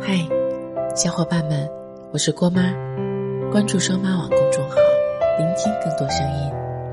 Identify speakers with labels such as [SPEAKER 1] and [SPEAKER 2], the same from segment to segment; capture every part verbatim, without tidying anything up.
[SPEAKER 1] 嗨，小伙伴们，我是郭妈，关注双妈网公众号，聆听更多声音。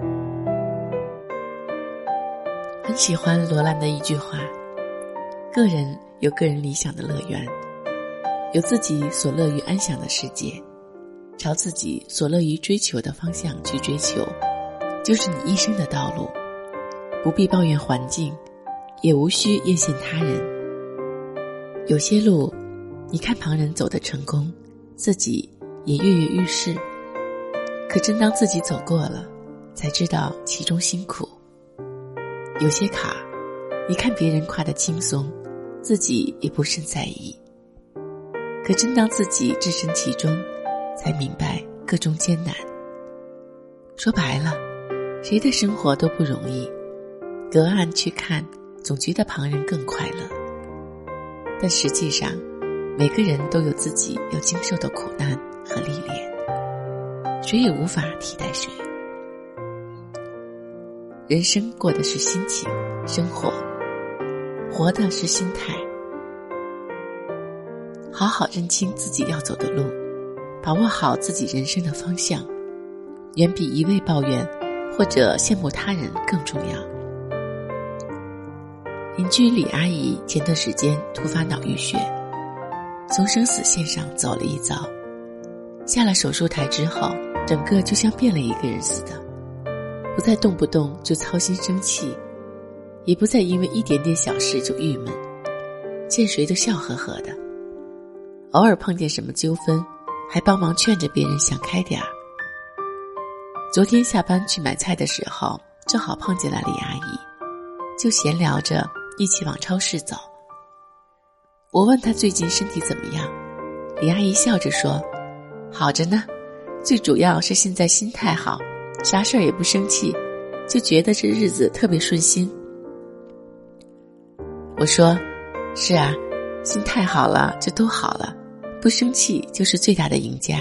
[SPEAKER 1] 很喜欢罗兰的一句话，个人有个人理想的乐园，有自己所乐于安享的世界，朝自己所乐于追求的方向去追求，就是你一生的道路。不必抱怨环境，也无需艳羡他人。有些路你看旁人走得成功，自己也跃跃欲试，可真当自己走过了，才知道其中辛苦。有些坎你看别人跨得轻松，自己也不甚在意，可真当自己置身其中，才明白各中艰难。说白了，谁的生活都不容易，隔岸去看，总觉得旁人更快乐。但实际上，每个人都有自己要经受的苦难和历练，谁也无法替代谁。人生过的是心情，生活活的是心态。好好认清自己要走的路，把握好自己人生的方向，远比一味抱怨或者羡慕他人更重要。邻居李阿姨前段时间突发脑淤血，从生死线上走了一遭，下了手术台之后，整个就像变了一个人似的，不再动不动就操心生气，也不再因为一点点小事就郁闷，见谁都笑呵呵的，偶尔碰见什么纠纷，还帮忙劝着别人想开点儿。昨天下班去买菜的时候，正好碰见了李阿姨，就闲聊着一起往超市走。我问她最近身体怎么样，李阿姨笑着说，好着呢，最主要是现在心态好，啥事儿也不生气，就觉得这日子特别顺心。我说，是啊，心态好了就都好了，不生气就是最大的赢家。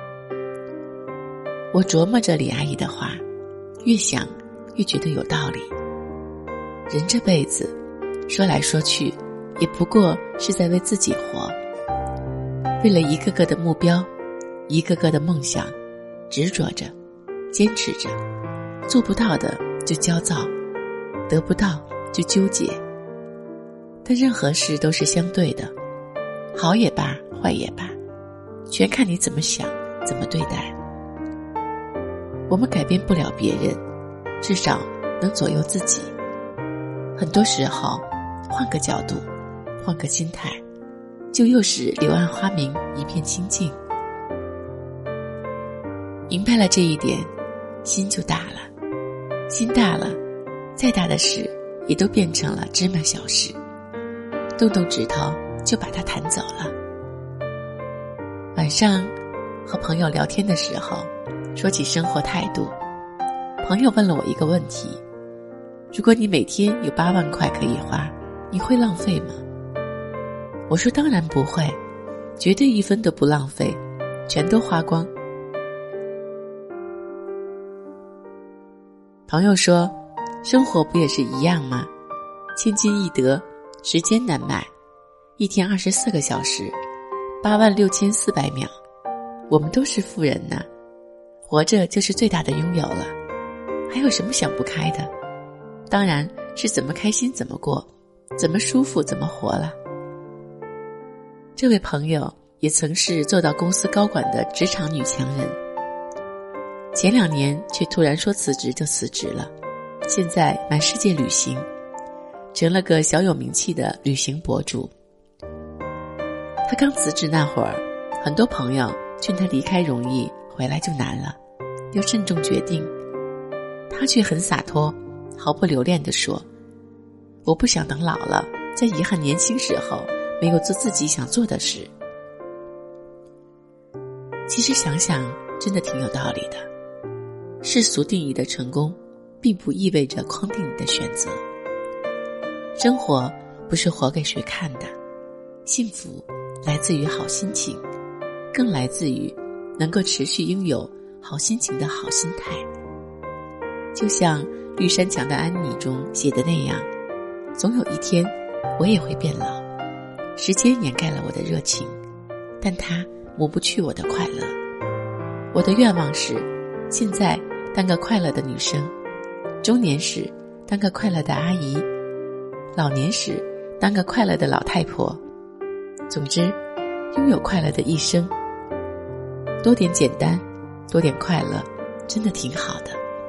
[SPEAKER 1] 我琢磨着李阿姨的话，越想越觉得有道理。人这辈子说来说去，也不过是在为自己活，为了一个个的目标，一个个的梦想，执着着，坚持着，做不到的就焦躁，得不到就纠结。但任何事都是相对的，好也罢，坏也罢，全看你怎么想，怎么对待。我们改变不了别人，至少能左右自己。很多时候，换个角度，换个心态，就又是柳暗花明一片清净。明白了这一点，心就大了。心大了，再大的事也都变成了芝麻小事，动动指头就把它弹走了。晚上和朋友聊天的时候，说起生活态度，朋友问了我一个问题，如果你每天有八万块可以花，你会浪费吗？我说当然不会，绝对一分都不浪费，全都花光。朋友说，生活不也是一样吗？千金易得，时间难买，一天二十四个小时，八万六千四百秒，我们都是富人呢，活着就是最大的拥有了，还有什么想不开的？当然是怎么开心怎么过，怎么舒服怎么活了。这位朋友也曾是做到公司高管的职场女强人，前两年却突然说辞职就辞职了，现在满世界旅行，成了个小有名气的旅行博主。他刚辞职那会儿，很多朋友劝他离开容易，回来就难了，要慎重决定。他却很洒脱，毫不留恋地说，我不想等老了，在遗憾年轻时候没有做自己想做的事。其实想想真的挺有道理的，世俗定义的成功并不意味着框定你的选择。生活不是活给谁看的，幸福来自于好心情，更来自于能够持续拥有好心情的好心态。就像绿山墙的安妮中写的那样，总有一天我也会变老，时间掩盖了我的热情， 但它抹不去我的快乐。我的愿望是，现在当个快乐的女生，中年时当个快乐的阿姨，老年时当个快乐的老太婆。总之，拥有快乐的一生。多点简单，多点快乐，真的挺好的。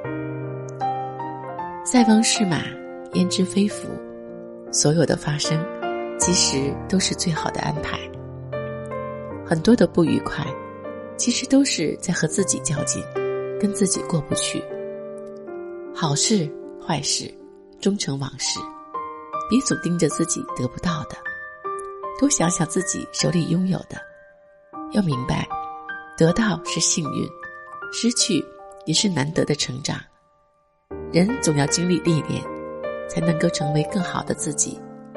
[SPEAKER 1] 塞翁失马，焉知非福，所有的发生其实都是最好的安排。很多的不愉快其实都是在和自己较劲，跟自己过不去。好事坏事终成往事，别总盯着自己得不到的，多想想自己手里拥有的。要明白，得到是幸运，失去也是难得的成长。人总要经历历练，才能够成为更好的自己。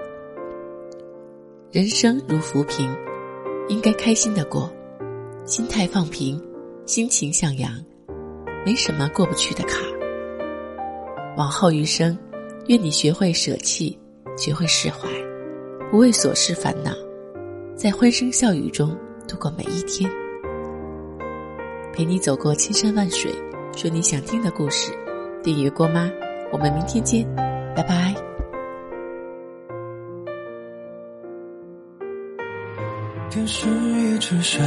[SPEAKER 1] 人生如浮萍，应该开心地过，心态放平，心情向阳，没什么过不去的坎儿。往后余生，愿你学会舍弃，学会释怀，不为琐事烦恼，在欢声笑语中度过每一天。陪你走过千山万水，说你想听的故事。订阅郭妈，我们明天见，拜拜。
[SPEAKER 2] 天是一只山，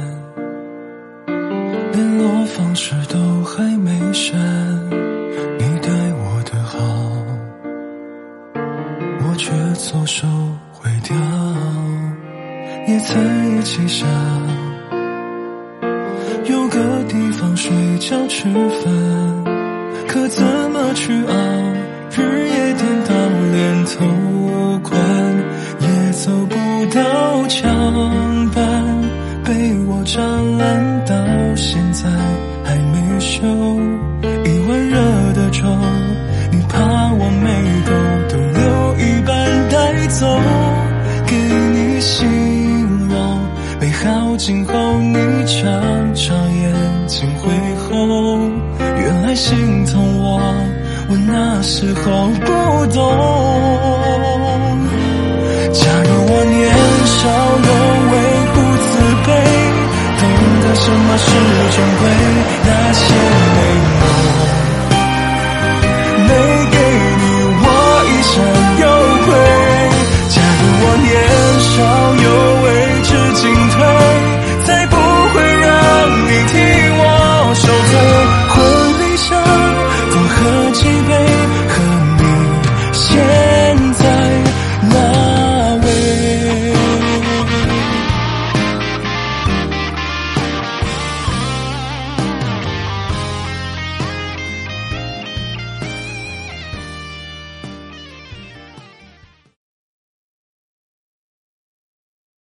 [SPEAKER 2] 联络方式都还没删，你对我的好，我却错手毁掉。也曾一起想，有个地方睡觉吃饭，可怎么去熬，日夜颠倒连头款也走不到墙板，被我占烂到现在还没修。一碗热的粥，你怕我没够，都留一半带走，给你形容美好今后你常常眼睛会红。原来心痛我，我那时候不懂。假